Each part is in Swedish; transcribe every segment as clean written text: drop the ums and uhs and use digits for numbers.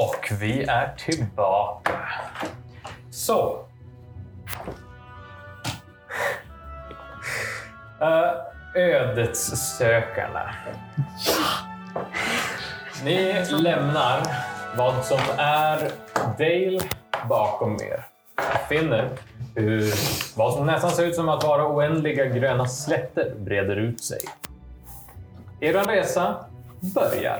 Och vi är tillbaka. Så. Ödets sökarna. Ni lämnar vad som är Dale bakom er. Finner hur vad som nästan ser ut som att vara oändliga gröna slätter breder ut sig. Er resa börjar.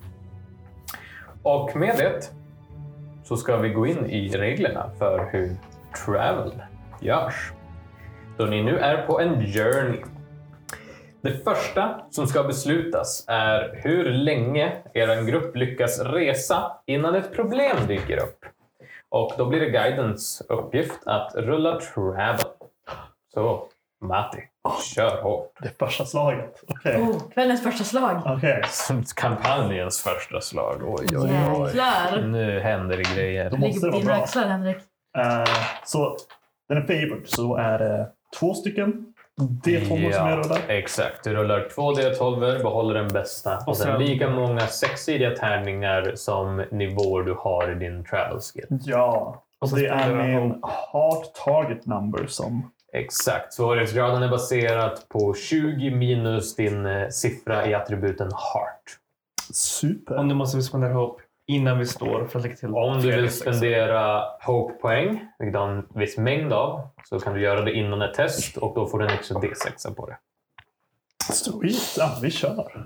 Och med det så ska vi gå in i reglerna för hur travel görs. Då ni nu är på en journey. Det första som ska beslutas är hur länge er grupp lyckas resa innan ett problem dyker upp. Och då blir det guidens uppgift att rulla travel. Så, Matti, kör hårt. Det första slaget. Okej. Kvällens första slag. Okej. Kampanjens första slag. Oj. Jäklar. Nu händer det grejer. Då måste det vara bra. Axlar, Henrik. Så den är favored. Så är det 2 stycken D12 som jag rullar. Exakt. Du rullar 2 D12, behåller den bästa. Och sen lika många 6-sidiga tärningar som nivåer du har i din travel skill. Ja. Och det är min heart target number som... Exakt. Svårighetsgraden är baserat på 20 minus din siffra i attributen heart. Super. Om du måste spendera ihop innan vi står för att lägga till. Om du vill spendera hope-poäng, vilket du har en viss mängd av, så kan du göra det innan ett test och då får du en extra D6 på det. Sweet. Ja, vi kör.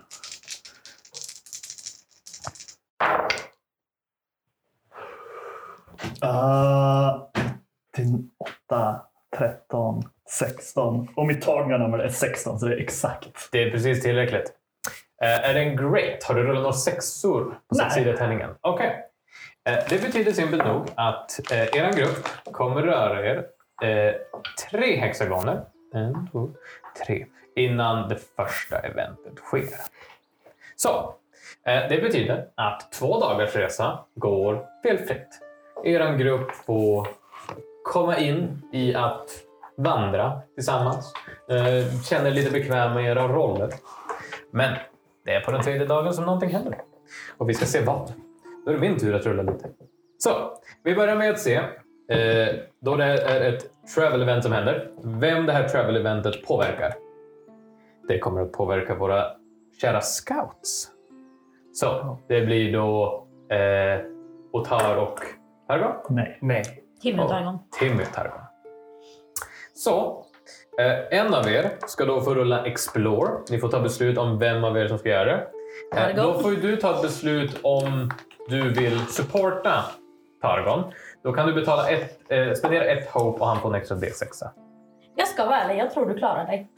Din 8, 13, 16. Och mitt targetnummer är 16, så det är exakt. Det är precis tillräckligt. Är det en great? Har du rullat några 6-or på 6-sidiga tärningen? Okej. Det betyder simpelt nog att er grupp kommer röra er 3 hexagoner. 1, 2, 3. Innan det första eventet sker. Så. Det betyder att 2 dagars resa går felfritt. Er grupp får komma in i att vandra tillsammans. Känner lite bekväm med era roller. Men det är på den 3:e dagen som någonting händer. Och vi ska se vad. Då är det min tur att rulla lite. Så, vi börjar med att se. Då det är ett travel-event som händer. Vem det här travel-eventet påverkar. Det kommer att påverka våra kära scouts. Så, det blir då Otar och Targon? Nej. Timmy och Targon. Timmy och Targon. Så, en av er ska då få rulla Explore. Ni får ta beslut om vem av er som ska göra det. Då får du ta ett beslut om du vill supporta Targon. Då kan du spendera 1 hope och han får en extra D6. Jag ska vara ärlig, jag tror du klarar dig.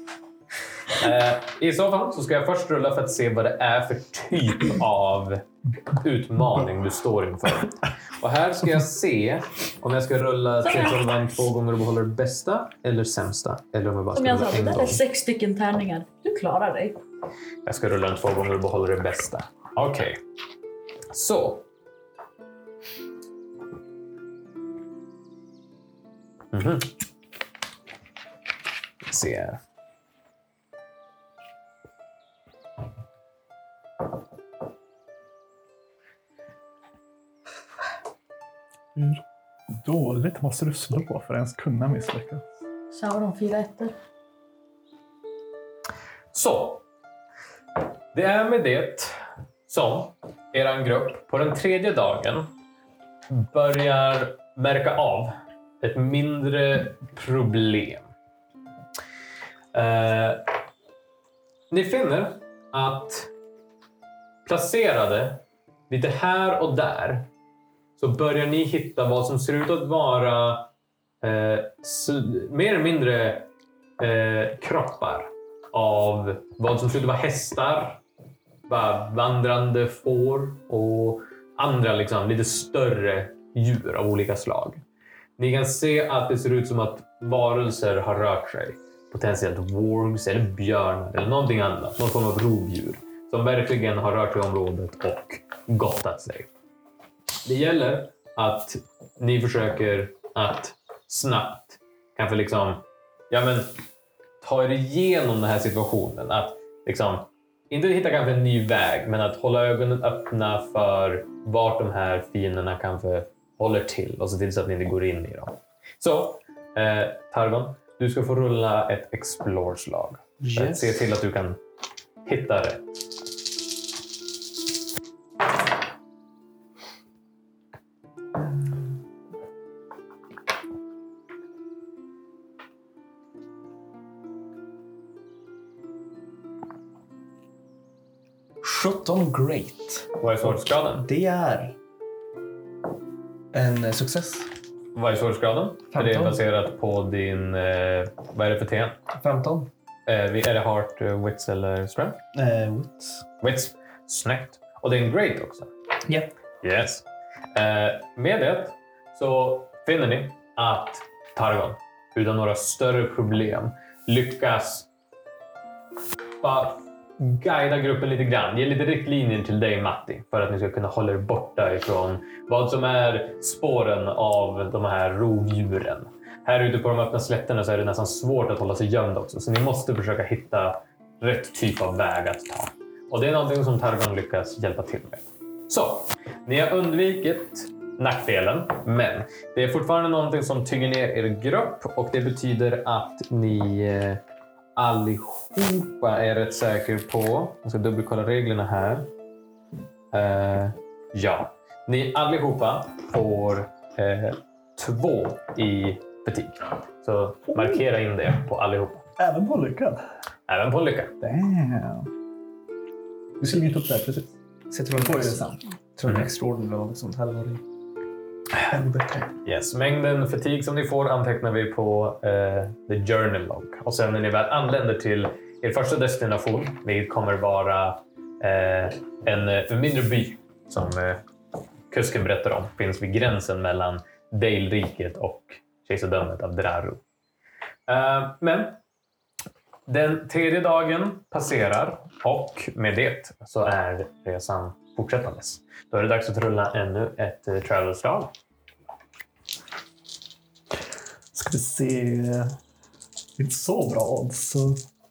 I så fall så ska jag först rulla för att se vad det är för typ av utmaning du står inför. Och här ska jag se om jag ska rulla till 2 gånger och behålla det bästa eller sämsta. Eller om jag bara ska rulla en gång. Det är 6 stycken tärningar. Du klarar dig. Jag ska rulla 2 gånger och behålla det bästa. Okej. Så. Se här. Dåligt måste du slå på för att ens kunna misslyckas. Sauron 4 ettor. Så. Det är med det som er grupp på den 3:e dagen börjar märka av ett mindre problem. Ni finner att placerade lite här och där så börjar ni hitta vad som ser ut att vara mer eller mindre kroppar av vad som ser ut att vara hästar, vandrande får och andra liksom, lite större djur av olika slag. Ni kan se att det ser ut som att varelser har rört sig. Potentiellt wargs eller björnar eller någonting annat. Någon form av rovdjur som verkligen har rört sig i området och gottat sig. Det gäller att ni försöker att snabbt kanske liksom ta er igenom den här situationen. Att liksom inte hitta kanske en ny väg, men att hålla ögonen öppna för vart de här fienderna kanske håller till och se till så att ni inte går in i dem. Så, Targon, du ska få rulla ett explore-slag. Yes. Se till att du kan hitta rätt. Great. Vad är svårighetsgraden? Det är en success. Vad är svårighetsgraden? För det är 15. baserat på din... vad är det för TN? 15. Är det heart, wits eller strength? Wits. Wits. Snyggt. Och det är en great också. Ja. Yes. Med det så finner ni att Targon utan några större problem lyckas bara guida gruppen lite grann. Ge lite riktlinjer till dig, Matti, för att ni ska kunna hålla er borta ifrån vad som är spåren av de här rovdjuren. Här ute på de öppna slätterna så är det nästan svårt att hålla sig gömd också. Så ni måste försöka hitta rätt typ av väg att ta. Och det är någonting som Targon lyckas hjälpa till med. Så, ni har undvikit nackdelen, men det är fortfarande någonting som tynger ner er grupp och det betyder att ni allihopa är rätt säker på... Jag ska dubbelkolla reglerna här. Ja, ni allihopa får 2 i betyg. Så markera in det på allihopa. Även på lyckad. Även på lycka. Damn. Vi skulle inte upp där precis. Så jag tror Får det det sen. är extraordinary eller något sånt. Här var det ännu bättre. Yes, mängden fatig som ni får antecknar vi på the journal log. Och sen när ni väl anländer till er första destination, vilket kommer vara en mindre by som kusken berättar om, finns vid gränsen mellan Dale-riket och kejsardömet av Draru. Men den 3:e dagen passerar och med det så är resan fortsättandes. Då är det dags att rulla ännu ett travel-slag. Ska vi se... Inte så bra odds. Så...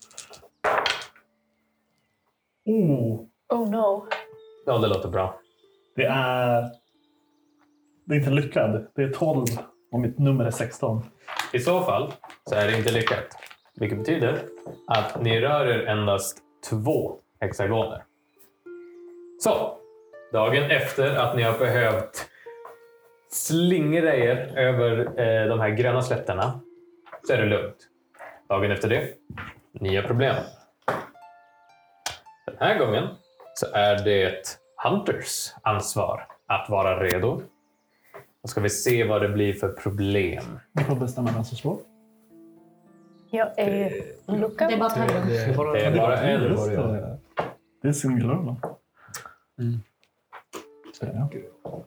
Oh no. Ja, det låter bra. Det är inte lyckad. Det är 12 och mitt nummer är 16. I så fall så är det inte lyckat. Vilket betyder att ni rör er endast 2 hexagoner. Så, dagen efter att ni har behövt slingra er över de här gröna slätterna så är det lugnt. Dagen efter det, nya problem. Den här gången så är det Hunters ansvar att vara redo. Då ska vi se vad det blir för problem. Vi får bestämma vem som slår. Jag är Luca. Det är bara Targon. Det är bara en. Just det. Det är singular då. Så är det.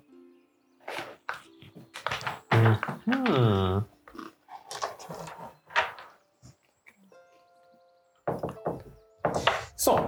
Så.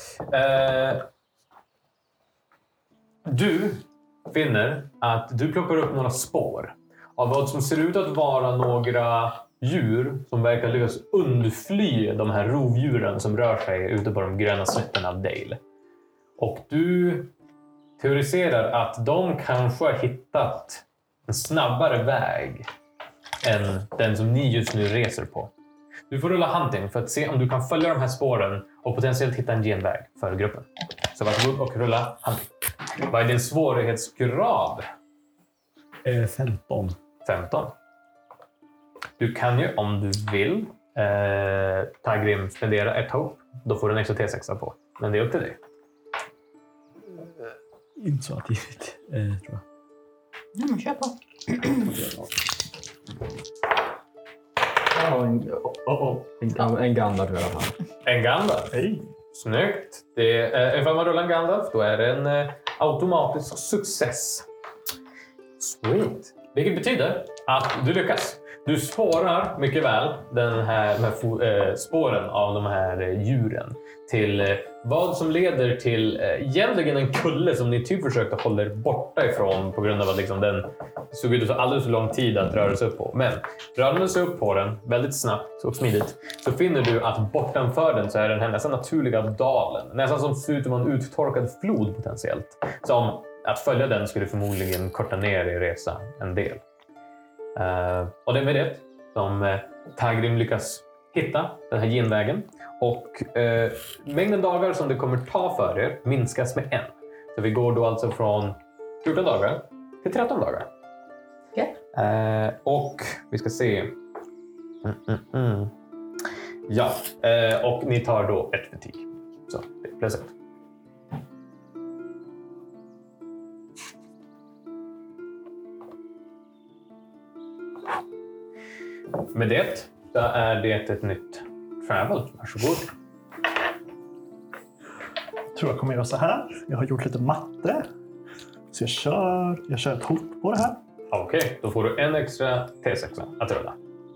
Du finner att du plockar upp några spår av vad som ser ut att vara några djur som verkar lyckas undfly de här rovdjuren som rör sig ute på de gröna slätterna av Dale. Och du teoriserar att de kanske har hittat en snabbare väg än den som ni just nu reser på. Du får rulla hunting för att se om du kan följa de här spåren och potentiellt hitta en genväg för gruppen. Så varsågod och rulla hunting. Vad är din svårighetsgrad? 15. 15. Du kan ju om du vill Tagrim spendera ett hopp. Då får du en extra T6 på. Men det är upp till dig. Inte så aktivt, tror jag. Men kör på. Ja, en Gandalf i alla fall. En Gandalf. Hej. Snyggt. Det är, ifall man rullar en Gandalf då är det en automatisk success. Sweet. Vilket betyder att du lyckas. Du spårar mycket väl de här spåren av de här djuren till vad som leder till egentligen en kulle som ni typ försökte hålla er borta ifrån på grund av att liksom den såg ut att ta alldeles för lång tid att röra sig upp på. Men rör man sig upp på den väldigt snabbt och smidigt så finner du att bortanför den så är den här nästan naturliga dalen. Nästan som ser ut som en uttorkad flod potentiellt. Som att följa den skulle förmodligen korta ner i resa en del. Och det är med det som Tagrim lyckas hitta den här genvägen. Och mängden dagar som det kommer ta för er minskas med 1. Så vi går då alltså från 14 dagar till 13 dagar. Okej. Och vi ska se. Ja, och ni tar då ett betyg. Så det är plötsligt. Med det så är det ett nytt travel. Varsågod. Jag tror jag kommer göra så här. Jag har gjort lite matte. Så jag kör ett hot på det här. Okej, då får du en extra T6 att rulla.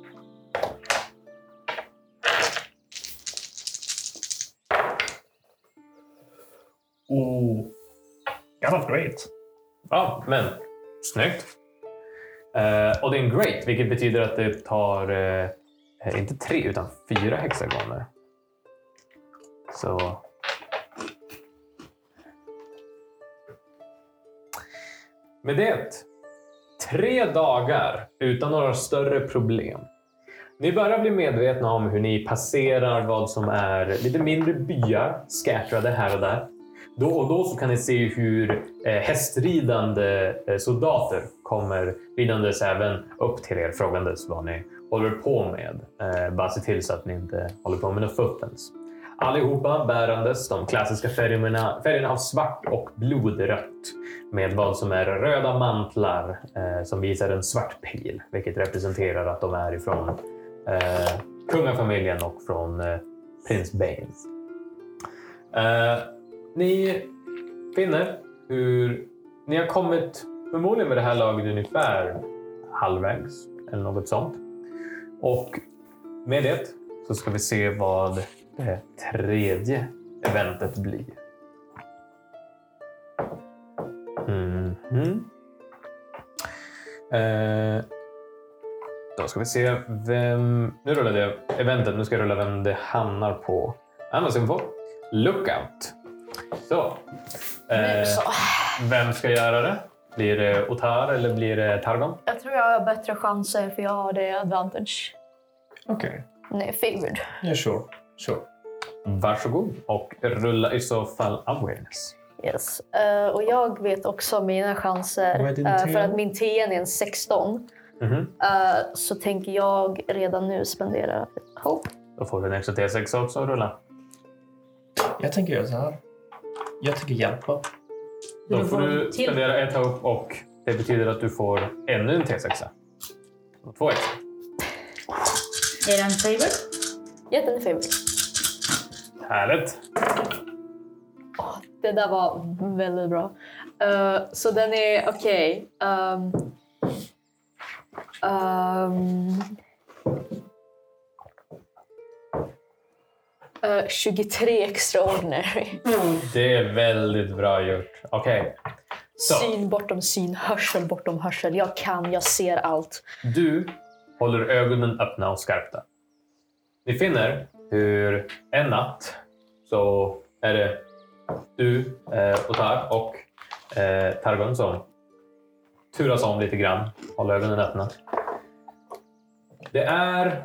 Oh, got off great. Ja, men snyggt. Och det är en great, vilket betyder att det tar inte 3 utan 4 hexagoner. Så... Med det, 3 dagar utan några större problem. Ni börjar bli medvetna om hur ni passerar vad som är lite mindre byar, scattrade här och där. Då och då så kan ni se hur hästridande soldater kommer ridandes även upp till er frågandes vad ni håller på med. Bara se till så att ni inte håller på med något futtens. Allihopa bärandes de klassiska färgerna av svart och blodrött med vad som är röda mantlar som visar en svart pil, vilket representerar att de är ifrån kungafamiljen och från prins Baines. Ni finner hur ni har kommit förmodligen med det här laget ungefär halvvägs eller något sånt. Och med det så ska vi se vad det tredje eventet blir. Då ska vi se vem... Nu rullar det eventet. Nu ska jag rulla vem det hamnar på. Amazon får Lookout. Så. Vem ska göra det? Blir det Otar eller blir det Targon? Jag tror jag har bättre chanser för jag har det advantage. Okej. Nej, favored. Yeah, sure. Varsågod och rulla i så fall awareness. Yes. Och jag vet också mina chanser. Vad är din TN? För att min TN är en 16. Så tänker jag redan nu spendera ett hopp. Då får du en extra T6 också och rulla. Jag tänker göra så här. Jag tänker hjälpa. Då får du spendera ett hopp och det betyder att du får ännu en T6. Och 2 extra. Är den favorite? Ja, den är favored. Härligt. Det där var väldigt bra. Så den är okej. 23 extraordinary. Det är väldigt bra gjort. Okej. Så. Syn bortom syn, hörsel bortom hörsel. Jag ser allt. Du håller ögonen öppna och skarpta. Ni finner hur en natt så är det du, Otar och Targon som turas om lite grann. Håller ögonen öppna. Det är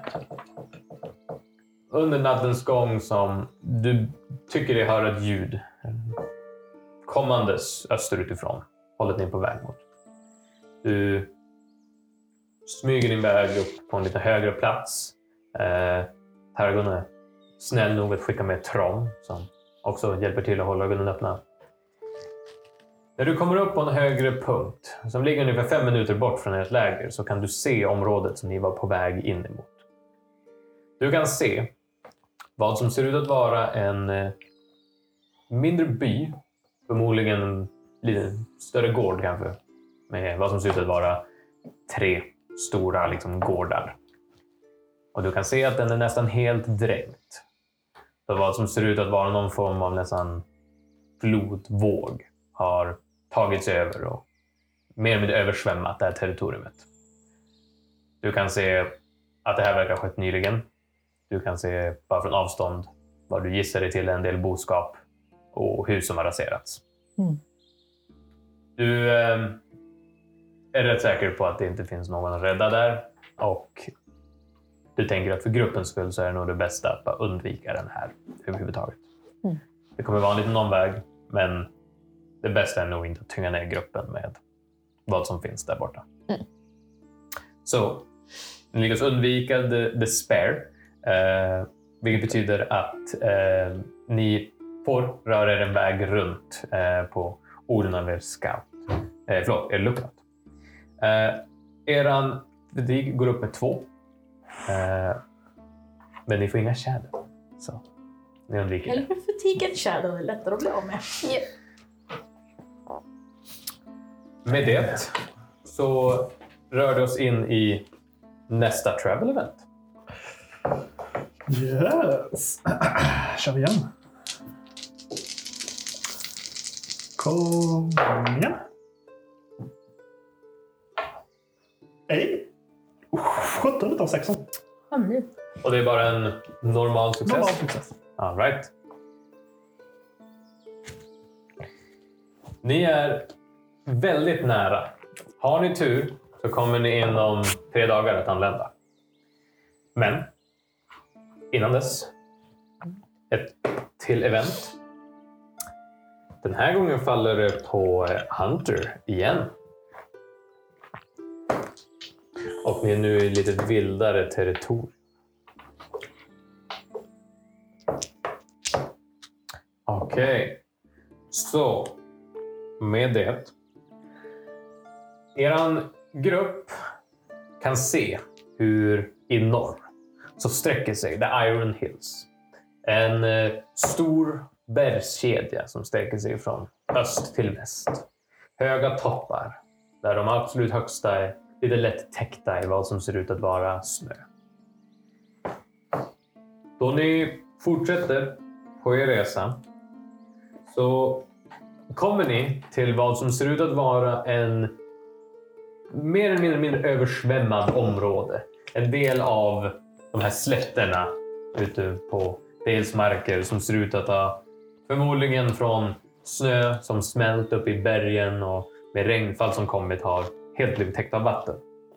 under nattens gång som du tycker dig höra ett ljud kommandes österutifrån. Hållet ni på väg mot. Du smyger din väg upp på en lite högre plats. Targon är snäll nog att skicka med Trom som också hjälper till att hålla ögonen öppna. När du kommer upp på en högre punkt som ligger ungefär 5 minuter bort från ert läger så kan du se området som ni var på väg in emot. Du kan se vad som ser ut att vara en mindre by, förmodligen en lite större gård kanske, med vad som ser ut att vara 3 stora gårdar. Och du kan se att den är nästan helt dränkt. Så vad som ser ut att vara någon form av nästan flodvåg har tagits över och mer eller mindre översvämmat det här territoriet. Du kan se att det här verkar ha skett nyligen. Du kan se bara från avstånd vad du gissar dig till en del boskap och hus som har raserats. Du är rätt säker på att det inte finns någon att rädda där och du tänker att för gruppens skull så är det nog det bästa att bara undvika den här överhuvudtaget. Det kommer vara en liten omväg, men det bästa är nog inte att tynga ner gruppen med vad som finns där borta. Så ni lyckas undvika the spare, vilket betyder att ni får röra er en väg runt på orden av er scout. Er lookout. Eran fatigue går upp med 2. Men ni får inga shadow. Så ni undviker det. Eller fatigue and shadow är lättare att bli av med. Med det så rör vi oss in i nästa travel event. Yes. Kör vi igen. Kom igen. Hej. 17 utav 16. Ja, nu. Och det är bara en normal success? Normal success. All right. Ni är väldigt nära. Har ni tur så kommer ni inom 3 dagar att anlända. Men innan dess, ett till event. Den här gången faller det på Hunter igen. Och ni är nu i lite vildare territorium. Okej. Så, med det. Eran grupp kan se hur i norr så sträcker sig The Iron Hills. En stor bergskedja som sträcker sig från öst till väst. Höga toppar där de absolut högsta är lite lätt täckta i vad som ser ut att vara snö. Då ni fortsätter på er resa så kommer ni till vad som ser ut att vara en mer eller mindre översvämmad område. En del av de här slätterna ute på delsmarker som ser ut att ha förmodligen från snö som smält upp i bergen och med regnfall som kommit har helt blivit täckt av vatten.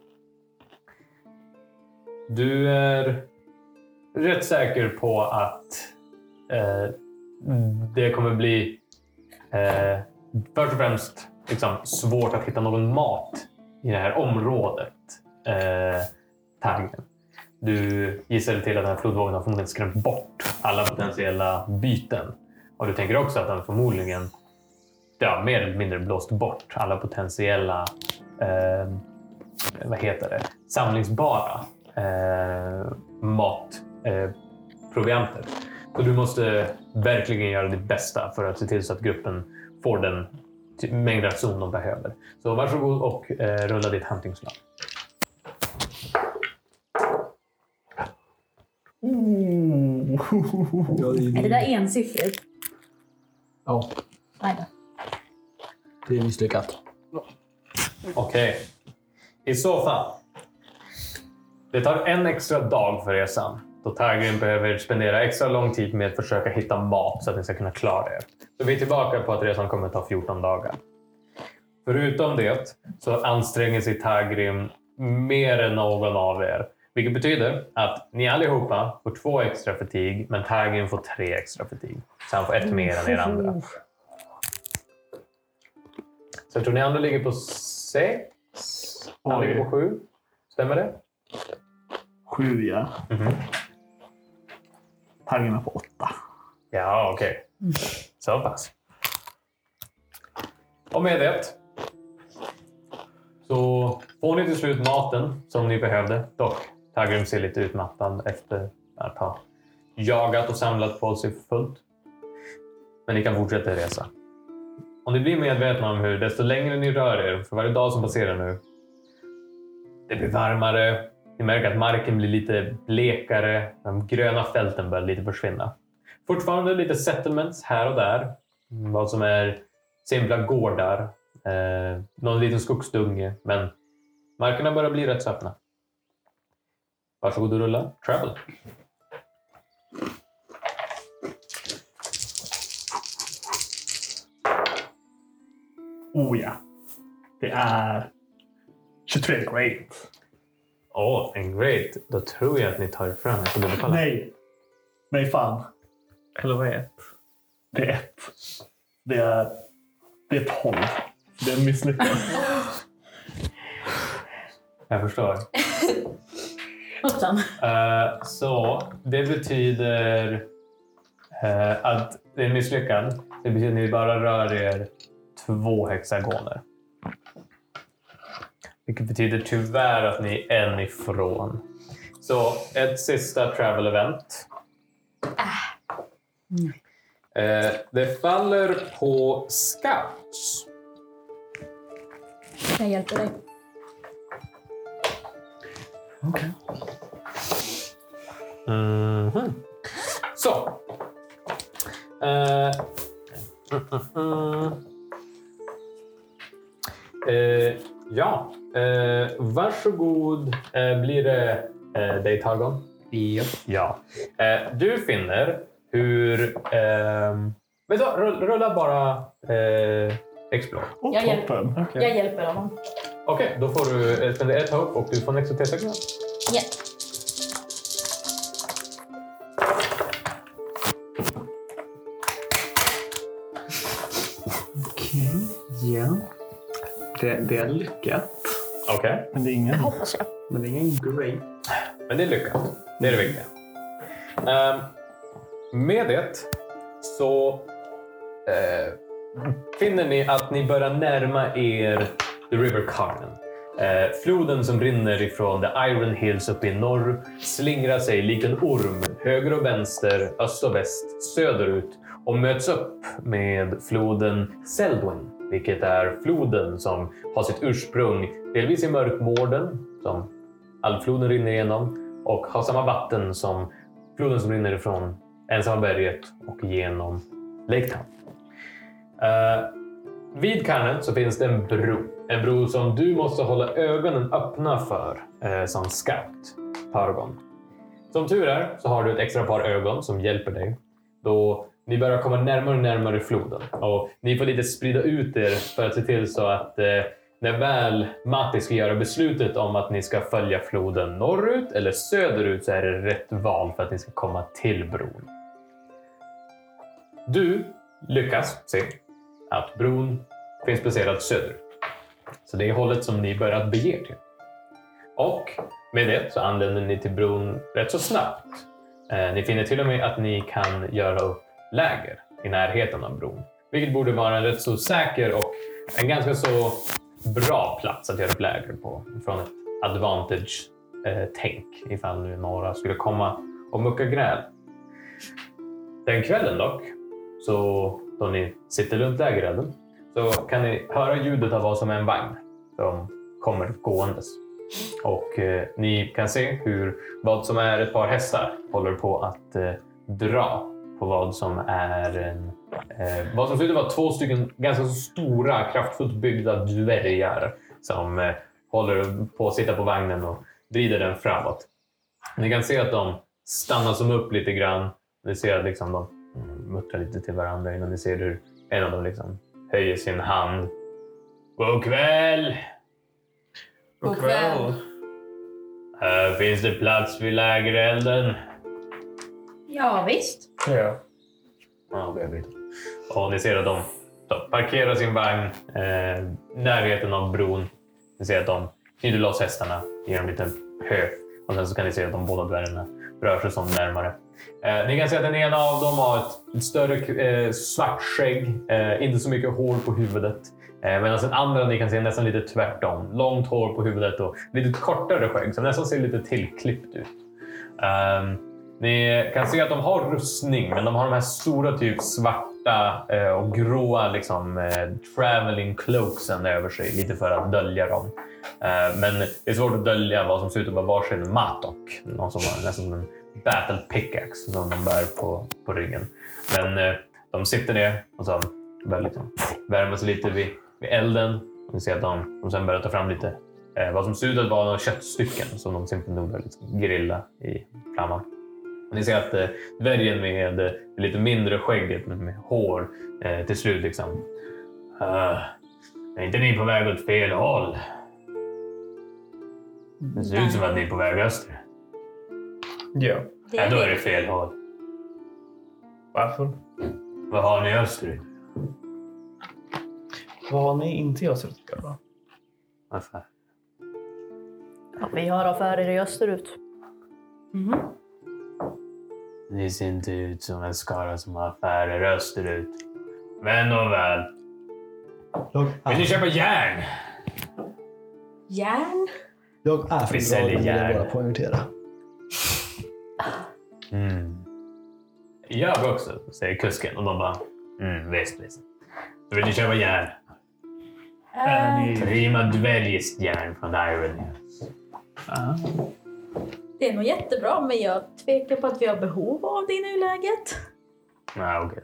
Du är rätt säker på att det kommer bli först och främst liksom svårt att hitta någon mat i det här området. Taggen. Du gissade till att den här flodvågen har förmodligen skrämt bort alla potentiella byten. Och du tänker också att den förmodligen mer eller mindre blåst bort alla potentiella samlingsbara matprovianter. Så du måste verkligen göra ditt bästa för att se till så att gruppen får den mängd ration de behöver. Så varsågod och rulla ditt huntingslag. Är det där ensiffrigt? Ja, Nej då. det är misslyckat. Okej. I så fall. Det tar en extra dag för resan. Då Tagrin behöver spendera extra lång tid med att försöka hitta mat så att ni ska kunna klara er. Så vi är tillbaka på att resan kommer att ta 14 dagar. Förutom det så anstränger sig Tagrin mer än någon av er. Vilket betyder att ni allihopa får 2 extra fatigue, men Tagrin får 3 extra fatigue. Så han får 1 mer än er andra. Så jag tror ni andra ligger på 6. Han ligger på 7. Stämmer det? 7, ja. Taggen är på 8. Ja, okej. Så pass. Och med det så får ni till slut maten som ni behövde. Dock, Tagrin ser lite utmattad efter att ha jagat och samlat på sig fullt. Men ni kan fortsätta resa. Om ni blir medvetna om hur desto längre ni rör er, för varje dag som passerar nu, det blir varmare. Ni märker att marken blir lite blekare. De gröna fälten börjar lite försvinna. fortfarande lite settlements här och där. Vad som är simpla gårdar. Någon liten skogsdunge. Men markerna börjar bli rätt så öppna. Varsågod och rulla. Travel. Oh ja. Det är 23 great. En great. Då tror jag att ni tar er fram. Jag får dubbelkolla. Nej. Nej fan. Eller vad är det? Det är 1. Det är 12. Det är misslyckat. Jag förstår. Hoppsan. Så det betyder att det är misslyckad. Det betyder att ni bara rör er 2 hexagoner. Vilket betyder tyvärr att ni är en ifrån. Så ett sista travel event. Det faller på scouts. Jag hjälper dig. Okej. Så. Ja. Varsågod. Blir det dig, Targon? Ja. Du finner hur... Men då, rulla bara Explore. Och Jag hjälper. toppen. Okej. Jag hjälper honom. Okej, då får du spendera 1 hopp och du får en extra T-sekund. Ja. Okej. Ja. Det är lyckat. Okej. Men det är ingen. Hoppas jag. Men det är ingen great. Men det är lyckat. Det är det viktiga. Med det så finner ni att ni börjar närma er The River Carnen. Floden som rinner ifrån The Iron Hills uppe i norr slingrar sig likt en orm höger och vänster, öst och väst, söderut och möts upp med floden Selwyn, vilket är floden som har sitt ursprung delvis i Mörkmården som Alvfloden rinner igenom och har samma vatten som floden som rinner ifrån Ensamma berget och genom Lake Town. Vid Carnen så finns det en bro. En bro som du måste hålla ögonen öppna för som scout, Targon. Som tur är så har du ett extra par ögon som hjälper dig. Då ni börjar komma närmare och närmare floden. Och ni får lite sprida ut er för att se till så att när väl Matti ska göra beslutet om att ni ska följa floden norrut eller söderut så är det rätt val för att ni ska komma till bron. Du lyckas se att bron finns placerad söderut. Så det är hållet som ni börjar bege er till. Och med det så anländer ni till bron rätt så snabbt. Ni finner till och med att ni kan göra upp läger i närheten av bron. Vilket borde vara en rätt så säker och en ganska så bra plats att göra upp läger på. Från ett advantage-tänk ifall nu några skulle komma och mucka gräl. Den kvällen dock, så då ni sitter runt lägerelden så kan ni höra ljudet av vad som är en vagn som kommer gåendes. Och ni kan se hur vad som är ett par hästar håller på att dra på vad som är en... vad som ser ut att vara 2 stycken ganska stora, kraftfullt byggda dvärgar som håller på att sitta på vagnen och vrider den framåt. Ni kan se att de stannar som upp lite grann. Ni ser att liksom de muttrar lite till varandra innan ni ser hur en av dem liksom höjer sin hand. God kväll! God kväll. Här finns det plats vid lägerelden. Ja, visst. Ja. Ja, och ni ser att de parkerar sin vagn närheten av bron. Ni ser att de knyter loss hästarna genom en liten hö. Och sen så kan ni se att de båda dvärgarna rör sig som närmare. Ni kan se att den ena av dem har ett större svart skägg. Inte så mycket hår på huvudet. Medan den andra ni kan se nästan lite tvärtom. Långt hår på huvudet och lite kortare skägg som nästan ser lite tillklippt ut. Ni kan se att de har rustning, men de har de här stora typ svarta och gråa liksom, traveling cloaksen över sig. Lite för att dölja dem. Men det är svårt att dölja vad som ser ut att vara varsin matok. Någon som har nästan som en battle pickaxe som de bär på ryggen. Men de sitter ner och så börjar liksom värma sig lite vid elden. Vi ser att de sen börjar ta fram lite vad som ser ut att vara några köttstycken som de simpelt nog börjar liksom grilla i flamman. Och ni ser att dvärgen med det lite mindre skägget med hår till slut liksom. Är inte ni på väg åt fel håll? Det ser ut som att ni är på väg öster. Ja. Ja, då är det fel håll. Varför? Vad har ni österut? Vad har ni inte jag sett då? Varför? Ja, vi har affärer i österut. Ni ser inte ut som en skara som har affärer österut. Men och väl. Vill ni köpa järn? Järn? Jag är Vi för säljer bra, vill jag järn. bara poängtera. Jag också, säger kusken. Och de bara, visst. Så vill ni köpa järn? Prima dvärgiskt järn från Iron Hills. Det är nog jättebra, men jag tvekar på att vi har behov av det i nuläget. Nej, okej.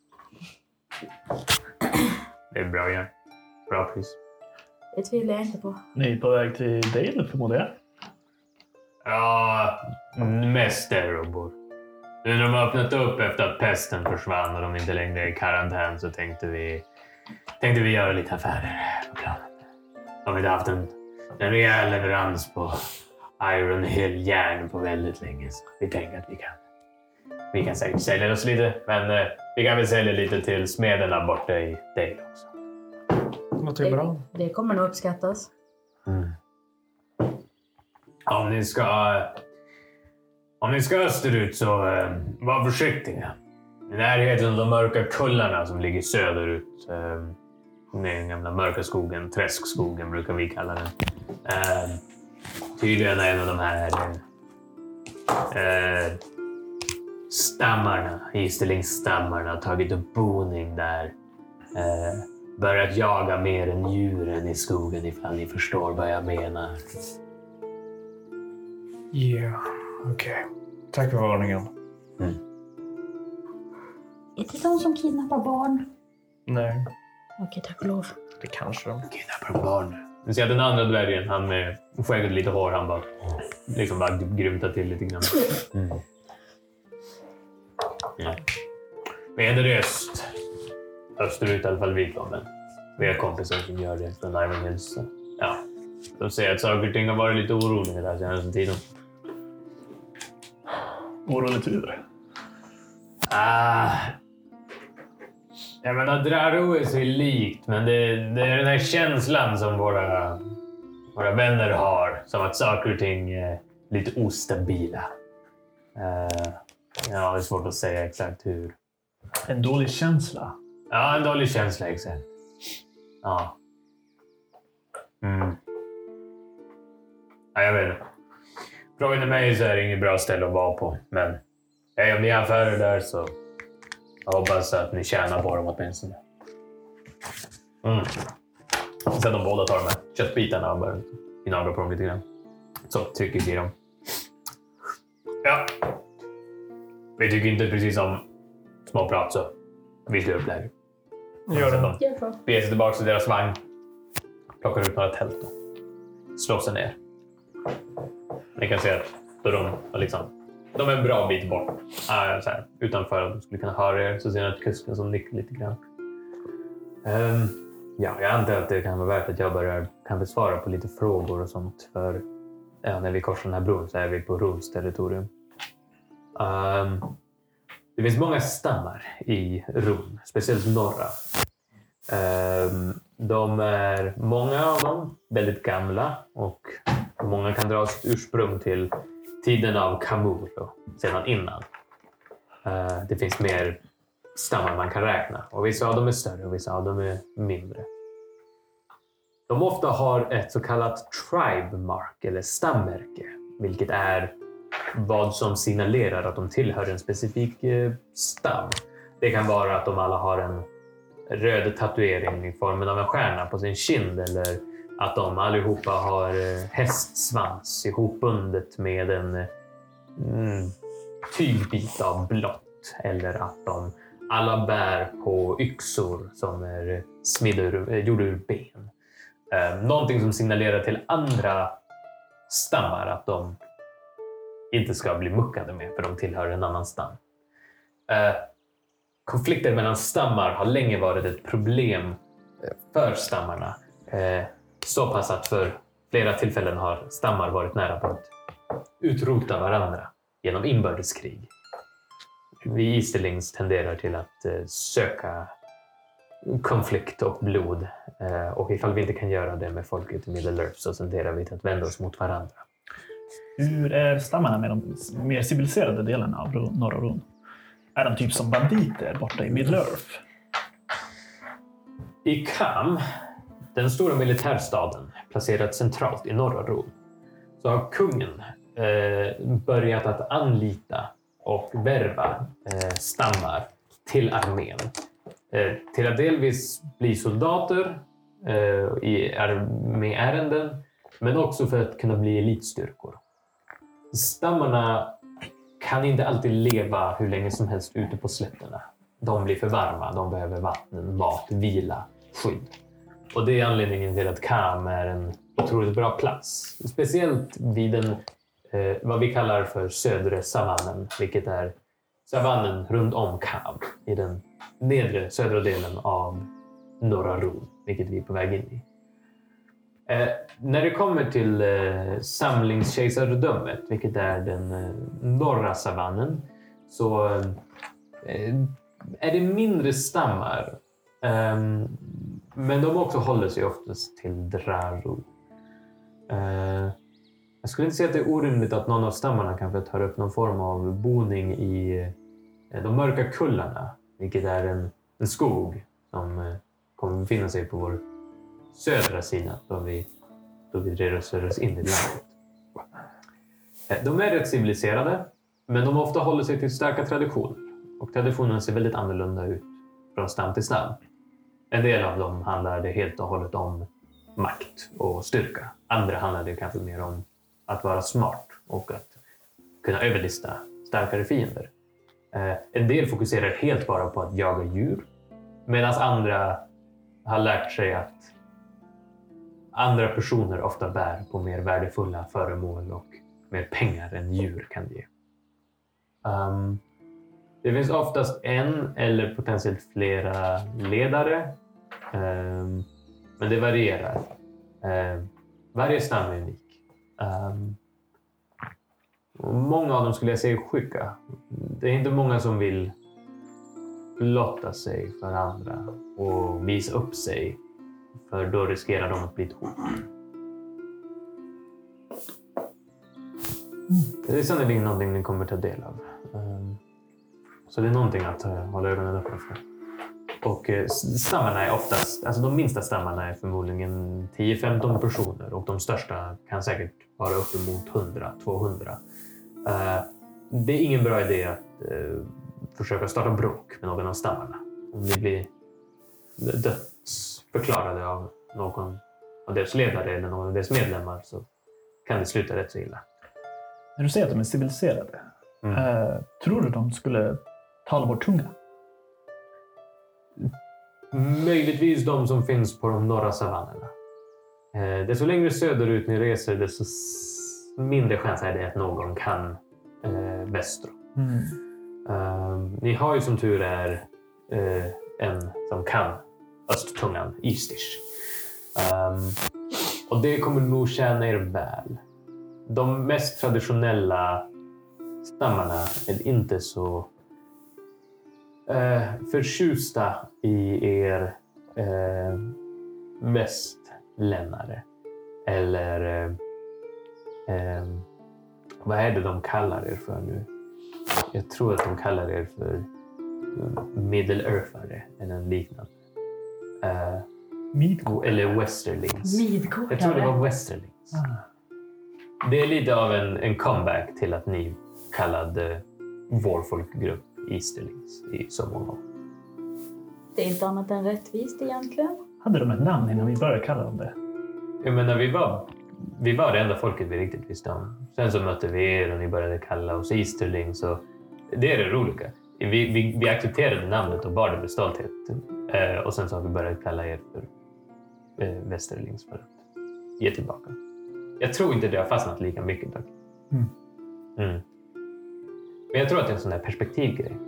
Det är bra järn. Bra pris. Det tvivlar jag inte på. Ni är på väg till Dale, förmodar jag. Ja, mest Erebor. Nu när de har öppnat upp efter att pesten försvann och de inte längre är i karantän så tänkte vi göra lite affärer på planen. De har inte haft en rejäl leverans på Iron Hill järn på väldigt länge. Så vi tänker att vi kan säkert sälja oss lite. Men vi kan väl sälja lite till smederna borta i Dale också. Låter bra. Det kommer nog uppskattas. Om ni ska österut så var försiktiga. I närheten av de mörka kullarna som ligger söderut. Den gamla mörka skogen, träskskogen brukar vi kalla den. Tydligen är en av de här stammarna, Isterlingsstammarna, tagit upp boning där. Börjat jaga mer än djuren i skogen, ifall ni förstår vad jag menar. Ja, okej. Tack för varningen. Är det de som kidnappar barn? Nej, Okej, tack och lov. det kanske de. Kidnappar barn. Du ser att den andra dvärgen, han med skägget lite hår, han bara grymtar till lite grann. Ja. Vi är i öst. Österut i alla fall vi kommer. Vi har kompisar som gör det från Iron Hills. Ja, de säger att saker och ting har varit lite oroliga där senaste tiden. Oroligt hur? Jag menar, Draro är så likt, men det är den här känslan som våra vänner har. Som att saker och ting är lite ostabila. Ja, det är svårt att säga exakt hur. En dålig känsla. Ja, en dålig känsla, exakt. Ja. Ja, jag vet inte. Frågan till mig så är det inget bra ställe att vara på. Men om ni har affärer där så jag hoppas att ni tjänar på dem åtminstone. Sen de båda tar de här köttbitarna och börjar gnaga på dem lite grann. Så trycker i dem. Ja. Vi tycker inte precis om småprat så vi slår upp läger. Gör det. De beger sig tillbaka till deras vagn. Plockar ut några tält och slår sig ner. Ni kan se att de är en bra bit bort. Så här, utanför att de skulle kunna höra er så ser ni att kusken som nickar lite grann. Ja, jag antar att det kan vara värt att jag kan besvara på lite frågor och sånt. För när vi korsar den här bron så är vi på Runs territorium. Det finns många stammar i Rum, speciellt norra. De är många av dem väldigt gamla och många kan dra sitt ursprung till tiden av Kamul och sedan innan. Det finns mer stammar man kan räkna och vissa av dem är större och vissa av dem är mindre. De ofta har ett så kallat tribe mark eller stammärke, vilket är vad som signalerar att de tillhör en specifik stam. Det kan vara att de alla har en röd tatuering i formen av en stjärna på sin kind eller att de allihopa har hästsvans ihopbundet med en tygbit av blått eller att de alla bär på yxor som är gjorda ur ben. Någonting som signalerar till andra stammar att de inte ska bli muckade med, för de tillhör en annan stam. Konflikter mellan stammar har länge varit ett problem för stammarna. Så pass att för flera tillfällen har stammar varit nära på att utrota varandra genom inbördeskrig. Vi Easterlings tenderar till att söka konflikt och blod. Och ifall vi inte kan göra det med folket i Middle-earth så tenderar vi till att vända oss mot varandra. Hur är stammarna med de mer civiliserade delarna av norra Ron? Är de typ som banditer borta i Middle-earth? I Kam, den stora militärstaden, placerad centralt i norra Ron, så har kungen börjat att anlita och värva stammar till armén. Till att delvis bli soldater i arméärenden, men också för att kunna bli elitstyrkor. Stammarna kan inte alltid leva hur länge som helst ute på slätterna. De blir för varma, de behöver vatten, mat, vila, skydd. Och det är anledningen till att Kam är en otroligt bra plats. Speciellt vid den, vad vi kallar för södra savannen, vilket är savannen runt om Kam i den nedre södra delen av norra Ron, vilket vi är på väg in i. När det kommer till samlingskejsardömet, vilket är den norra savannen, så är det mindre stammar. Men de också håller sig oftast till Draru. Jag skulle inte säga att det är orimligt att någon av stammarna kanske tar upp någon form av boning i de mörka kullarna, vilket är en skog som kommer befinna sig på vår södra sida då vi rör oss in i landet. De är rätt civiliserade, men de ofta håller sig till starka traditioner. Och traditionerna ser väldigt annorlunda ut från stam till stam. En del av dem handlar det helt och hållet om makt och styrka. Andra handlar det kanske mer om att vara smart och att kunna överlista starkare fiender. En del fokuserar helt bara på att jaga djur, medan andra har lärt sig att andra personer ofta bär på mer värdefulla föremål och mer pengar än djur kan ge. Det finns oftast en eller potentiellt flera ledare, men det varierar. Varje stam är unik. Många av dem skulle jag säga är skygga. Det är inte många som vill blotta sig för andra och visa upp sig, för då riskerar de att bli ett hot. Det är sannolikt någonting ni kommer ta del av. Så det är någonting att hålla ögonen öppna för. Och stammarna är oftast, alltså de minsta stammarna är förmodligen 10-15 personer och de största kan säkert vara uppemot 100-200. Det är ingen bra idé att försöka starta bråk med någon av stammarna. Om ni blir dödsförklarade av någon av deras ledare eller någon av deras medlemmar så kan det sluta rätt så illa. När du säger att de är civiliserade, tror du de skulle tala vår tunga? Möjligtvis de som finns på de norra savannerna. Desto längre söderut ni reser, desto mindre chans är det att någon kan väster. Ni har ju som tur är en som kan östtungan, Eastish. Och det kommer nog tjäna er väl. De mest traditionella stammarna är inte så förtjusta i er västlännare. Eller vad är det de kallar er för nu? Jag tror att de kallar er för Middle-earthare eller liknande. Eller Westerlings. Jag tror det var Westerlings. Det är lite av en comeback till att ni kallade vår folkgrupp Easterlings i så många år. Det är inte annat än rättvist egentligen. Hade de ett namn innan vi började kalla dem det? Jag menar, vi var det enda folket vi riktigt visste om. Sen så mötte vi er och ni började kalla oss Easterlings. Och det är det roliga. Vi accepterade namnet och bar det med stolthet. Och sen så har vi börjat kalla er för Västerlings för att ge tillbaka. Jag tror inte det har fastnat lika mycket dock. Men jag tror att det är en sån där perspektivgrej.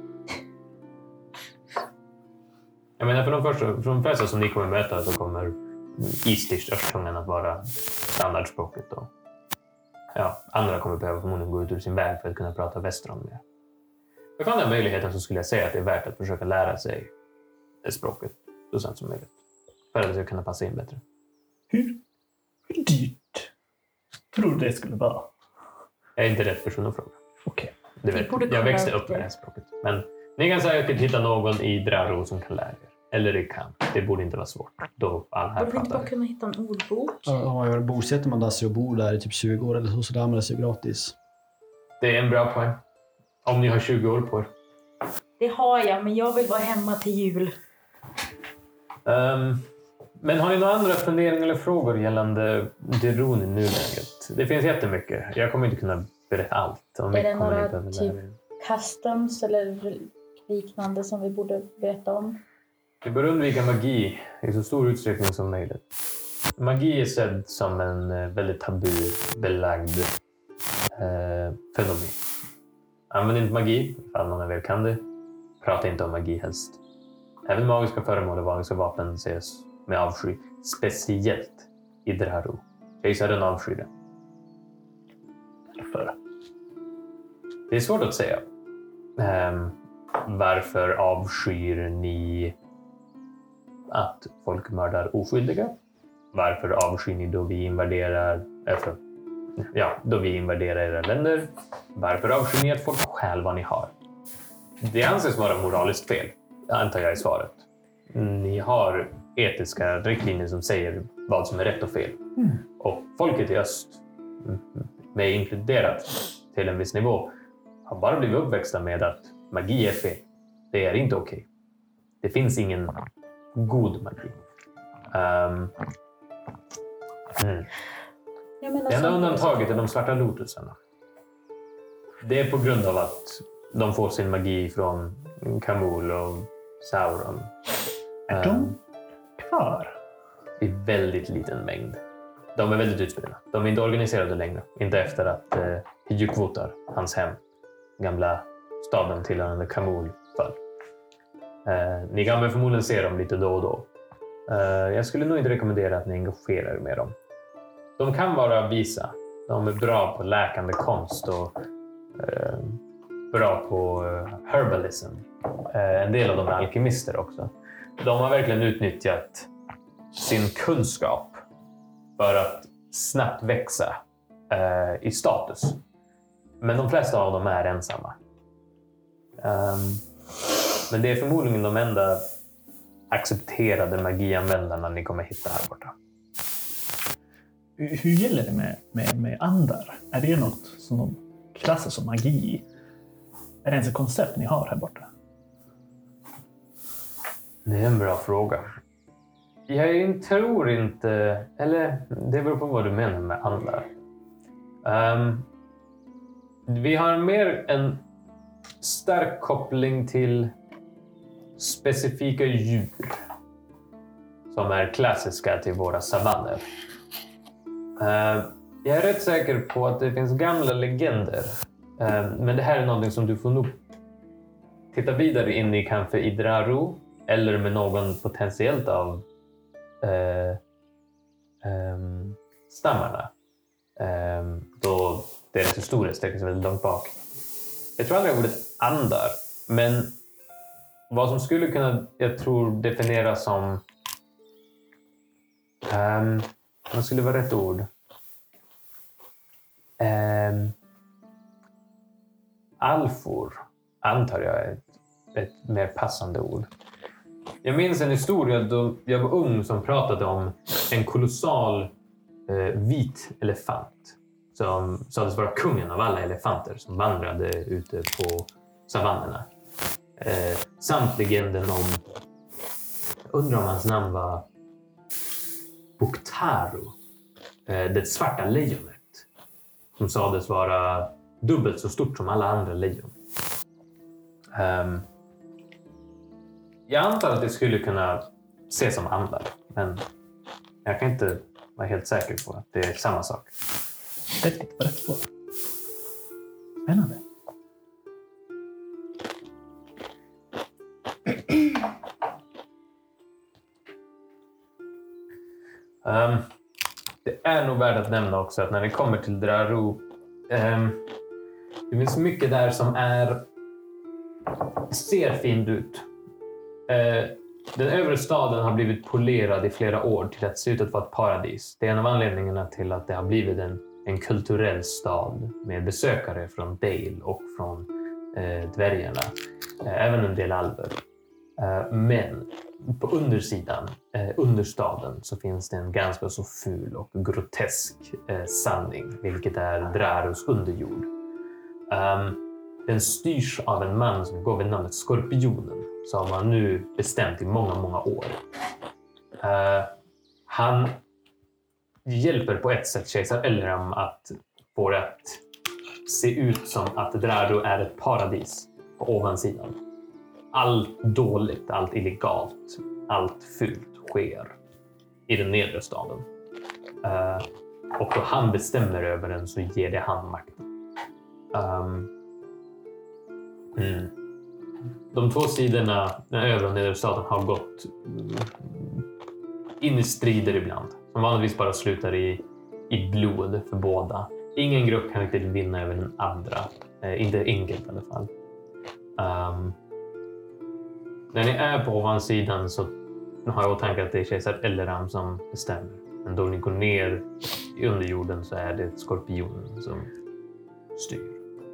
Jag menar för de flesta som ni kommer möta så kommer Istish örstungan att vara standardspråket. Och, andra kommer behöva förmodligen gå ut ur sin väg för att kunna prata västeron mer. För den här möjligheten så skulle jag säga att det är värt att försöka lära sig det språket så sent som möjligt. För att det ska kunna passa in bättre. Hur dyrt tror du det skulle vara? Jag är inte rätt person att fråga. Okej. Jag växte upp med det här språket. Men ni kan säkert hitta någon i Draro som kan lära er. Eller det kan. Det borde inte vara svårt. Då alla här Borde vi inte fattar. bara kunna hitta en ordbok? Ja, bosätter man sig och bor där i typ 20 år eller så lär man sig gratis. Det är en bra poäng. Om ni har 20 år på er. Det har jag, men jag vill vara hemma till jul. Men har ni några andra funderingar eller frågor gällande Derun i nuläget? Det finns jättemycket. Jag kommer inte kunna berätta allt. Är det några typ customs eller liknande som vi borde berätta om? Vi bör undvika magi i så stor utsträckning som möjligt. Magi är sedd som en väldigt tabubelagd fenomen. Använd inte magi, ifall någon av er kan det. Prata inte om magi helst. Även magiska föremål och magiska vapen ses med avsky. Speciellt i Draro. Kejsaren avskyr det. Varför? Det är svårt att säga. Varför avskyr ni att folk mördar oskyldiga? Varför avskyr ni då vi invaderar era länder? Varför avskyr ni att folk stjäl vad ni har? Det anses vara moraliskt fel, antar jag i svaret. Ni har etiska riktlinjer som säger vad som är rätt och fel. Och folket i öst, med inkluderat till en viss nivå, har bara blivit uppväxta med att magi är fel. Det är inte okej. Det finns ingen god magi. Det enda undantaget är de svarta lotusarna. Det är på grund av att de får sin magi från Kamul och Sauron. Är de kvar? I väldigt liten mängd. De är väldigt utspridda. De är inte organiserade längre. Inte efter att Hyukvotar, hans hem, gamla staden tillhörande Kamul, föll. Ni kan väl förmodligen se dem lite då och då. Jag skulle nog inte rekommendera att ni engagerar er med dem. De kan vara visa. De är bra på läkande konst och bra på herbalism. En del av dem är alkemister också. De har verkligen utnyttjat sin kunskap för att snabbt växa i status. Men de flesta av dem är ensamma. Men det är förmodligen de enda accepterade magianvändarna ni kommer hitta här borta. Hur gäller det med andar? Är det något som de klassar som magi? Är det ens ett koncept ni har här borta? Det är en bra fråga. Jag tror inte... Eller det beror på vad du menar med andar. Vi har mer en stark koppling till specifika djur som är klassiska till våra savanner. Jag är rätt säker på att det finns gamla legender. Men det här är någonting som du får nog titta vidare in i, kanske i Draro eller med någon potentiellt av stammarna. Då deras historia sträcker sig väldigt långt bak. Jag tror aldrig ordet andar, men vad som skulle kunna, jag tror, definieras som vad skulle vara rätt ord? Alfor, antar jag är ett mer passande ord. Jag minns en historia då jag var ung som pratade om en kolossal vit elefant som sades vara kungen av alla elefanter som vandrade ute på savannerna. Samt legenden om, undrar om hans namn var Buktaru, det svarta lejonet, som sades vara dubbelt så stort som alla andra lejon. Jag antar att det skulle kunna ses som andar, men jag kan inte vara helt säker på att det är samma sak. Rätt på rätt på. Spännande. Det är nog värt att nämna också att när det kommer till Draru, det finns mycket där som ser fint ut. Den övre staden har blivit polerad i flera år till att se ut att vara ett paradis. Det är en av anledningarna till att det har blivit en kulturell stad med besökare från Dale och från dvärgarna. Även en del alver. Men på undersidan, under staden, så finns det en ganska så ful och grotesk sanning, vilket är Drarus underjord. Den styrs av en man som går vid namnet Skorpionen, som han nu bestämt i många, många år. Han hjälper på ett sätt kejsar Elram att få det att se ut som att Draru är ett paradis på ovansidan. Allt dåligt, allt illegalt, allt fult sker i den nedre staden. Och då han bestämmer över den så ger det han makten. De två sidorna, den övre och nedre staden, har gått in i strider ibland. Som vanligtvis bara slutar i blod för båda. Ingen grupp kan riktigt vinna över den andra. Inte enkelt i alla fall. När ni är på ovansidan så har jag tänkt att det är kejsar Elram som bestämmer. Men då ni går ner i underjorden så är det Skorpionen som styr.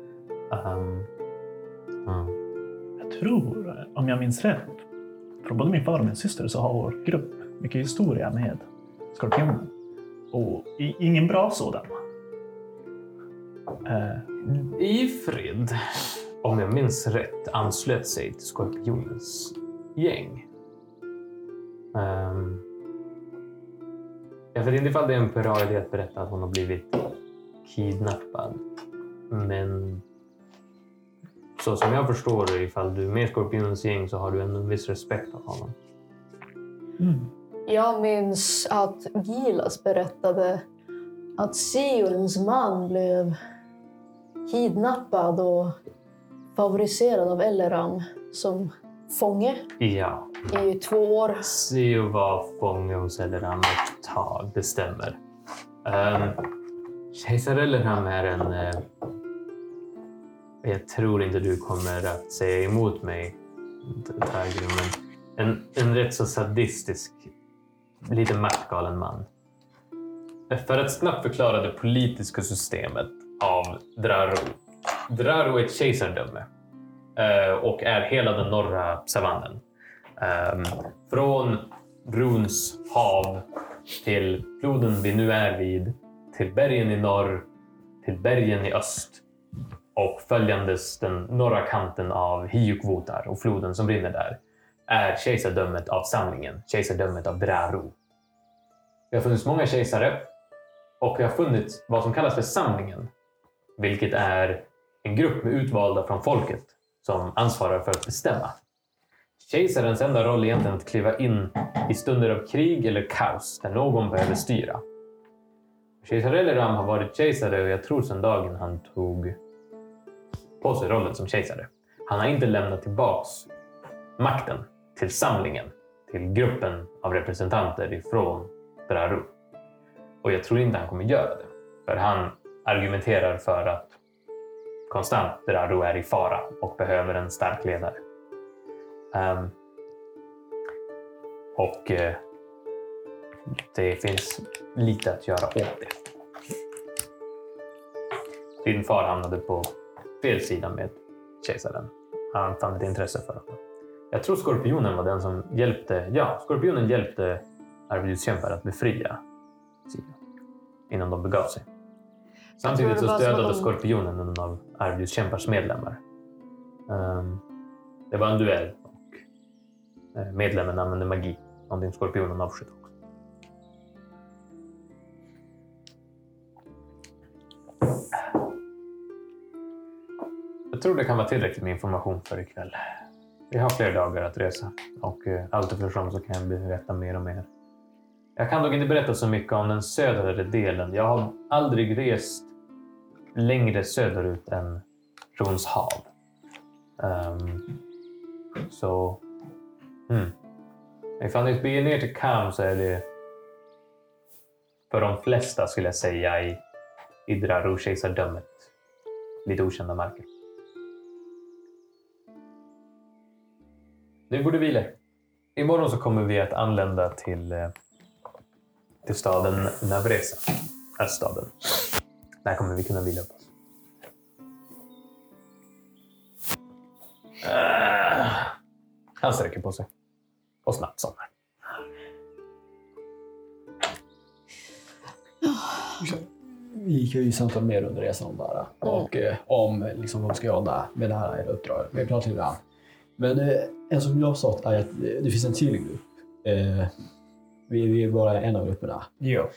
Jag tror, om jag minns rätt, från både min far och min syster så har vår grupp mycket historia med Skorpionen. Och ingen bra sådan. Ifrid, om jag minns rätt, anslöt sig till Skorpionens gäng. Jag vet inte ifall det är en bra idé att berätta att hon har blivit kidnappad. Men så som jag förstår det, ifall du är med i Skorpionens gäng så har du en viss respekt av honom. Jag minns att Gilas berättade att Sionens man blev kidnappad och favoriserad av Elram som fånge Ja. i 2 år. Sio var fånge hos Elram ett tag, det stämmer. Kejsar Elram är en... jag tror inte du kommer att säga emot mig, men en rätt så sadistisk, lite maktgalen man. För att snabbt förklara det politiska systemet av Draru. Draru är ett kejsardöme och är hela den norra savannen. Från Runs hav till floden vi nu är vid, till bergen i norr, till bergen i öst och följandes den norra kanten av Hiukvotar och floden som rinner där, är kejsardömet av samlingen, kejsardömet av Draru. Det har funnits många kejsare och det har funnits vad som kallas för samlingen, vilket är en grupp med utvalda från folket som ansvarar för att bestämma. Kejsarens enda roll är egentligen att kliva in i stunder av krig eller kaos där någon behöver styra. Kejsar Elram har varit kejsare och jag tror sedan dagen han tog på sig rollen som kejsare. Han har inte lämnat tillbaks makten till samlingen, till gruppen av representanter ifrån Draru. Och jag tror inte han kommer göra det. För han argumenterar för att konstant Draru är i fara och behöver en stark ledare. Det finns lite att göra åt det. Din far hamnade på fel sida med kejsaren. Han fann ett intresse för honom. Jag tror Skorpionen var den som hjälpte... Ja, Skorpionen hjälpte Arvidius-kämpar att befria Sio innan de begav sig. Samtidigt så stödde Skorpionen en av Arvidius-kämpars medlemmar. Det var en duell och medlemmen använde magi. Någonting Skorpionen avskydd också. Jag tror det kan vara tillräckligt med information för ikväll. Vi har fler dagar att resa och allt eftersom så kan jag berätta mer och mer. Jag kan dock inte berätta så mycket om den södra delen. Jag har aldrig rest längre söderut än Rons hav. Ifall ni beger ner till Kam så är det för de flesta skulle jag säga i Idra-Ro-kejsardömet lite okända marker. Nu borde vila. Imorgon så kommer vi att anlända till staden Navresa. Staden. Där kommer vi kunna vila upp oss. Han sträcker på sig. Och snabbt somnar. Vi kan ju samtala mer under resan bara. Och om liksom, vad vi ska göra med det här uppdraget. Vi pratar lite grann. Men en som jag sa är att det finns en till grupp. Vi är bara en av grupperna. Ja.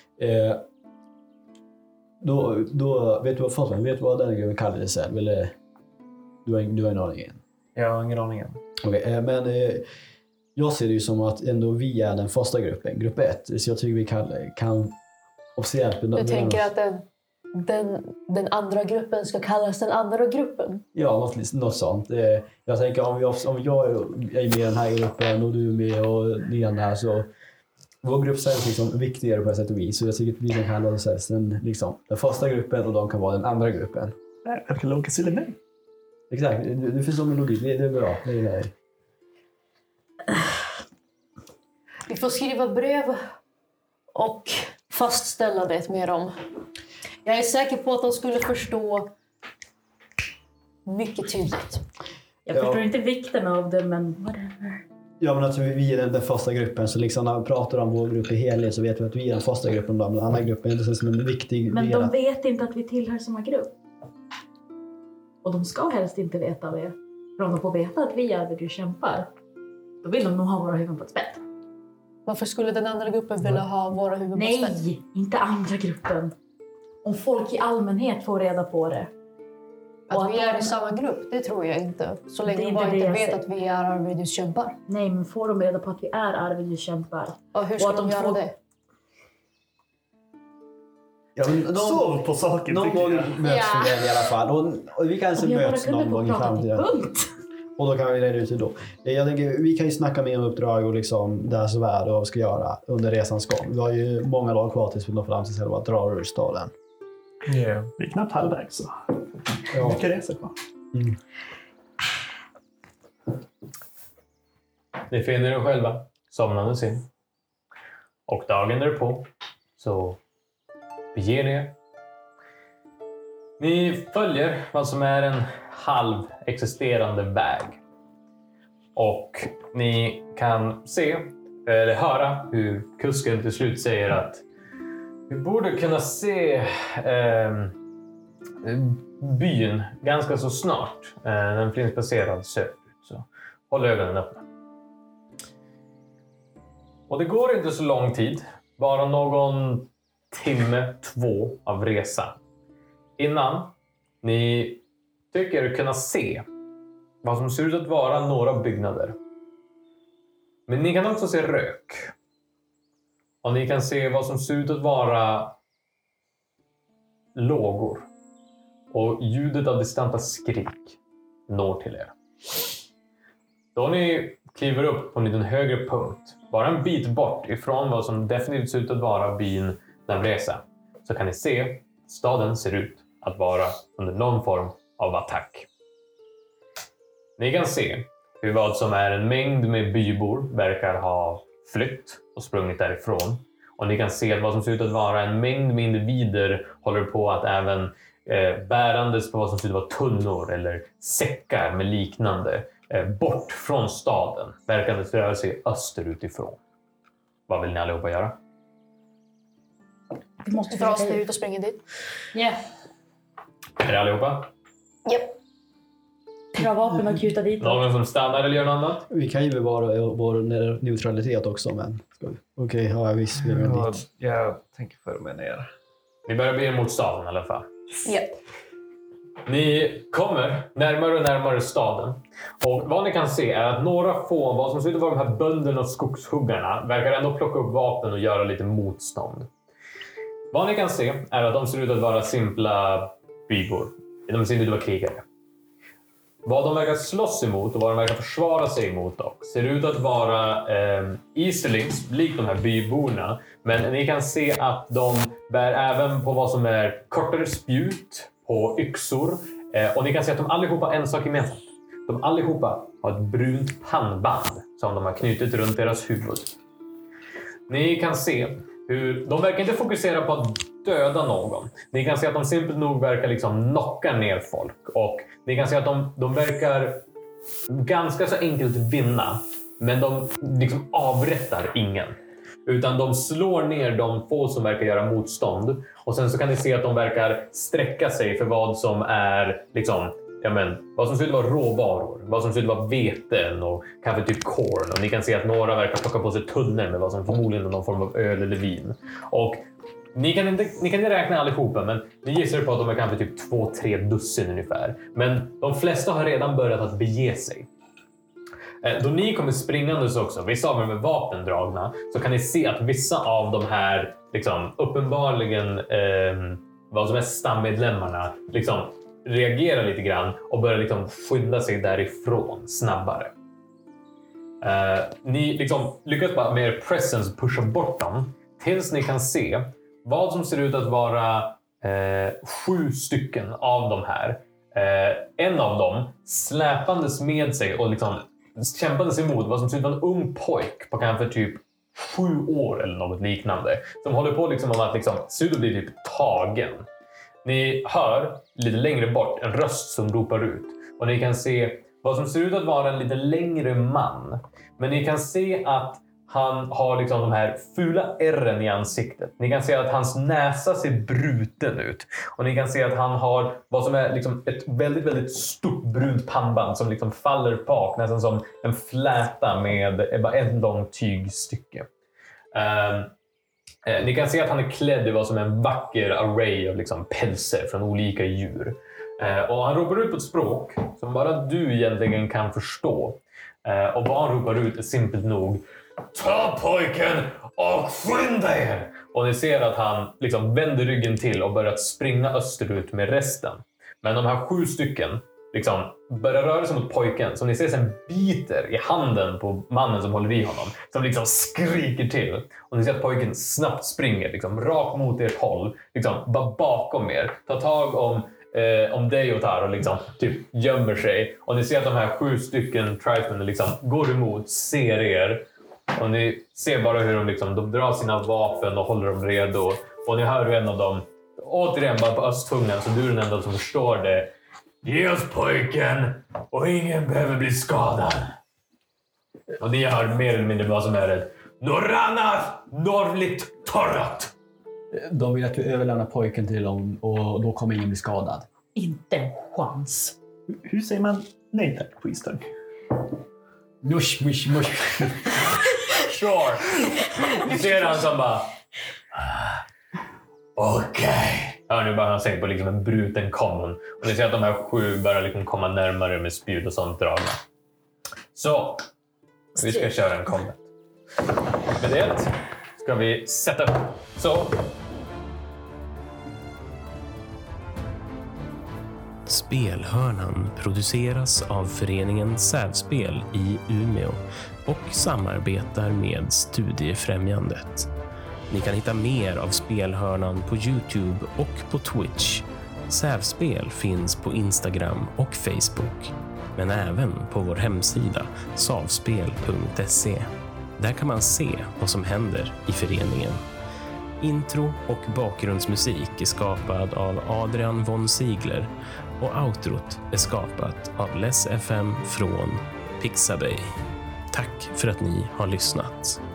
Då vet du vad den gruppen kallades sen? Eller du har ingen aning än? Jag har ingen aning än. Okej, men jag ser det ju som att ändå vi är den första gruppen, grupp 1. Så jag tycker vi kan officiellt... Du tänker att den andra gruppen ska kallas den andra gruppen? Ja, något sånt. Jag tänker om jag är med i den här gruppen och du är med och Lena, så vår grupp är liksom viktigare på ett sätt och vis. Så jag tycker att vi kan kalla oss den första gruppen och de kan vara den andra gruppen. Arkeologisk element. Exakt, du förstår min logik. Det är bra. Det är Vi får skriva brev och fastställa det med dem. Jag är säker på att de skulle förstå mycket tydligt. Jag förstår inte vikten av det, men whatever. Ja, men att vi är den första gruppen, så liksom när vi pratar om vår grupp i helhet så vet vi att vi är den första gruppen. Den andra gruppen är inte som en viktig... Men de vet inte att vi tillhör samma grupp. Och de ska helst inte veta det. För om de får veta att vi är och kämpar, då vill de nog ha våra huvuden på ett spett. Varför skulle den andra gruppen vilja ha våra huvuden på ett spett? Nej, inte andra gruppen. Om folk i allmänhet får reda på det. Att vi är i samma grupp, det tror jag inte. Så länge de bara inte vet att vi är Arvidius kämpar. Nej, men får de reda på att vi är Arvidius kämpar. Och hur ska de göra det? Ja, Sov på saken. Någon gång möts vi i alla fall. Och vi kanske möts någon gång i framtiden. Och då kan vi reda ut det då. Jag tänker, vi kan ju snacka mer om uppdrag och liksom deras värld och vad vi ska göra under resans gång. Vi har ju många lag kvar tills vi når fram till själva Drarur-staden. Yeah. Vi är knappt halvvägs så. Ja. Mycket resor kvar. Ni finner er själva somnandes in. Och dagen därpå så beger ni er. Ni följer vad som är en halv existerande väg. Och ni kan se eller höra hur kusken till slut säger att vi borde kunna se byn ganska så snart. Den finns placerad söderut, så håll ögonen öppna. Och det går inte så lång tid, bara någon timme, 2 av resa, innan ni tycker er kunna se vad som ser ut att vara några byggnader. Men ni kan också se rök. Och ni kan se vad som ser ut att vara lågor. Och ljudet av distanta skrik når till er. Då ni kliver upp på en liten högre punkt, bara en bit bort ifrån vad som definitivt ser ut att vara byn Navresa, så kan ni se att staden ser ut att vara under någon form av attack. Ni kan se hur vad som är en mängd med bybor verkar ha flytt och sprungit därifrån. Och ni kan se att vad som ser ut att vara en mängd med individer håller på att även bärandes på vad som ser ut att vara tunnor eller säckar med liknande bort från staden, verkande röra sig österutifrån. Vad vill ni allihopa göra? Vi måste dra oss ut och springa dit. Ja. Är det allihopa? Japp. Dra vapen och kuta dit. Någon som stannar eller gör något annat? Vi kan ju bevara vår neutralitet också, men... Okej, ja visst. Vi Ja, dit. jag tänker föra mig ner. Vi börjar bege mot staden i alla fall. Japp. Ni kommer närmare och närmare staden. Och vad ni kan se är att några få, vad som ser ut att vara de här bönderna och skogshuggarna, verkar ändå plocka upp vapen och göra lite motstånd. Vad ni kan se är att de ser ut att vara simpla bybor. De ser ut att vara krigare. Vad de verkar slåss emot och vad de verkar försvara sig emot dock ser ut att vara Easterlings, likt de här byborna. Men ni kan se att de bär även på vad som är kortare spjut, på yxor. Och ni kan se att de allihopa har en sak gemensamt. De allihopa har ett brunt pannband som de har knutit runt deras huvud. Ni kan se hur de verkar inte fokusera på att döda någon. Ni kan se att de simpelt nog verkar liksom knocka ner folk. Och ni kan se att de verkar ganska så enkelt vinna. Men de liksom avrättar ingen. Utan de slår ner de få som verkar göra motstånd. Och sen så kan ni se att de verkar sträcka sig för vad som är liksom, vad som ser ut att vara råvaror. Vad som ser ut att vara veten och kanske typ korn. Och ni kan se att några verkar plocka på sig tunnor med vad som förmodligen är någon form av öl eller vin. Och ni kan inte räkna allihopa, men ni gissar på att de är kanske typ 2-3 dussin ungefär. Men de flesta har redan börjat att bege sig. Då ni kommer springandes också, vissa av dem med vapendragna, så kan ni se att vissa av de här liksom, uppenbarligen vad som är stammedlemmarna liksom, reagerar lite grann och börjar liksom, skynda sig därifrån snabbare. Ni liksom, lyckas bara med er presence pusha bort dem tills ni kan se vad som ser ut att vara 7 stycken av de här. En av dem släpandes med sig och liksom kämpades emot vad som ser ut att vara en ung pojk på kanske typ 7 år eller något liknande. Som håller på liksom om att liksom, ser ut att bli typ tagen. Ni hör lite längre bort en röst som ropar ut. Och ni kan se vad som ser ut att vara en lite längre man. Men ni kan se att han har liksom de här fula ärren i ansiktet. Ni kan se att hans näsa ser bruten ut. Och ni kan se att han har vad som är liksom ett väldigt, väldigt stort brunt pannband som liksom faller bak. Nästan som en fläta med bara en lång tygstycke. Ni kan se att han är klädd i vad som är en vacker array av liksom pälser från olika djur. Och han ropar ut på ett språk som bara du egentligen kan förstå. Och vad han ropar ut är simpelt nog: ta pojken och skynda er! Och ni ser att han liksom vänder ryggen till och börjar springa österut med resten. Men de här 7 stycken liksom börjar röra sig mot pojken, som ni ser sen biter i handen på mannen som håller i honom. Som liksom skriker till. Och ni ser att pojken snabbt springer liksom rakt mot ert håll. Liksom bara bakom er. Ta tag om dig och tar och liksom typ gömmer sig. Och ni ser att de här 7 stycken tribesmen liksom går emot, ser er. Och ni ser bara hur de drar sina vapen och håller dem redo. Och ni hör hur en av dem, återigen bara på östtungan, så du är den enda som förstår det: ge oss pojken och ingen behöver bli skadad. Och ni hör mer eller mindre vad som är det: Norrana norrligt torrat. De vill att du överlämnar pojken till dem och då kommer ingen bli skadad. Inte en chans. Hur säger man nej tack på Eastern? Nush, mush, mush. Sure. Ni ser han som bara: okej. Ja, nu bara han sänker på liksom en bruten common. Och ni ser att de här 7 börjar liksom komma närmare med spjut och sånt dragna. Så, vi ska köra en combat. Med det ska vi sätta upp. Så. Spelhörnan produceras av föreningen Sävspel i Umeå och samarbetar med Studiefrämjandet. Ni kan hitta mer av Spelhörnan på YouTube och på Twitch. Sävspel finns på Instagram och Facebook, men även på vår hemsida savspel.se. Där kan man se vad som händer i föreningen. Intro och bakgrundsmusik är skapad av Adrian von Ziegler och outrot är skapat av Les FM från Pixabay. Tack för att ni har lyssnat.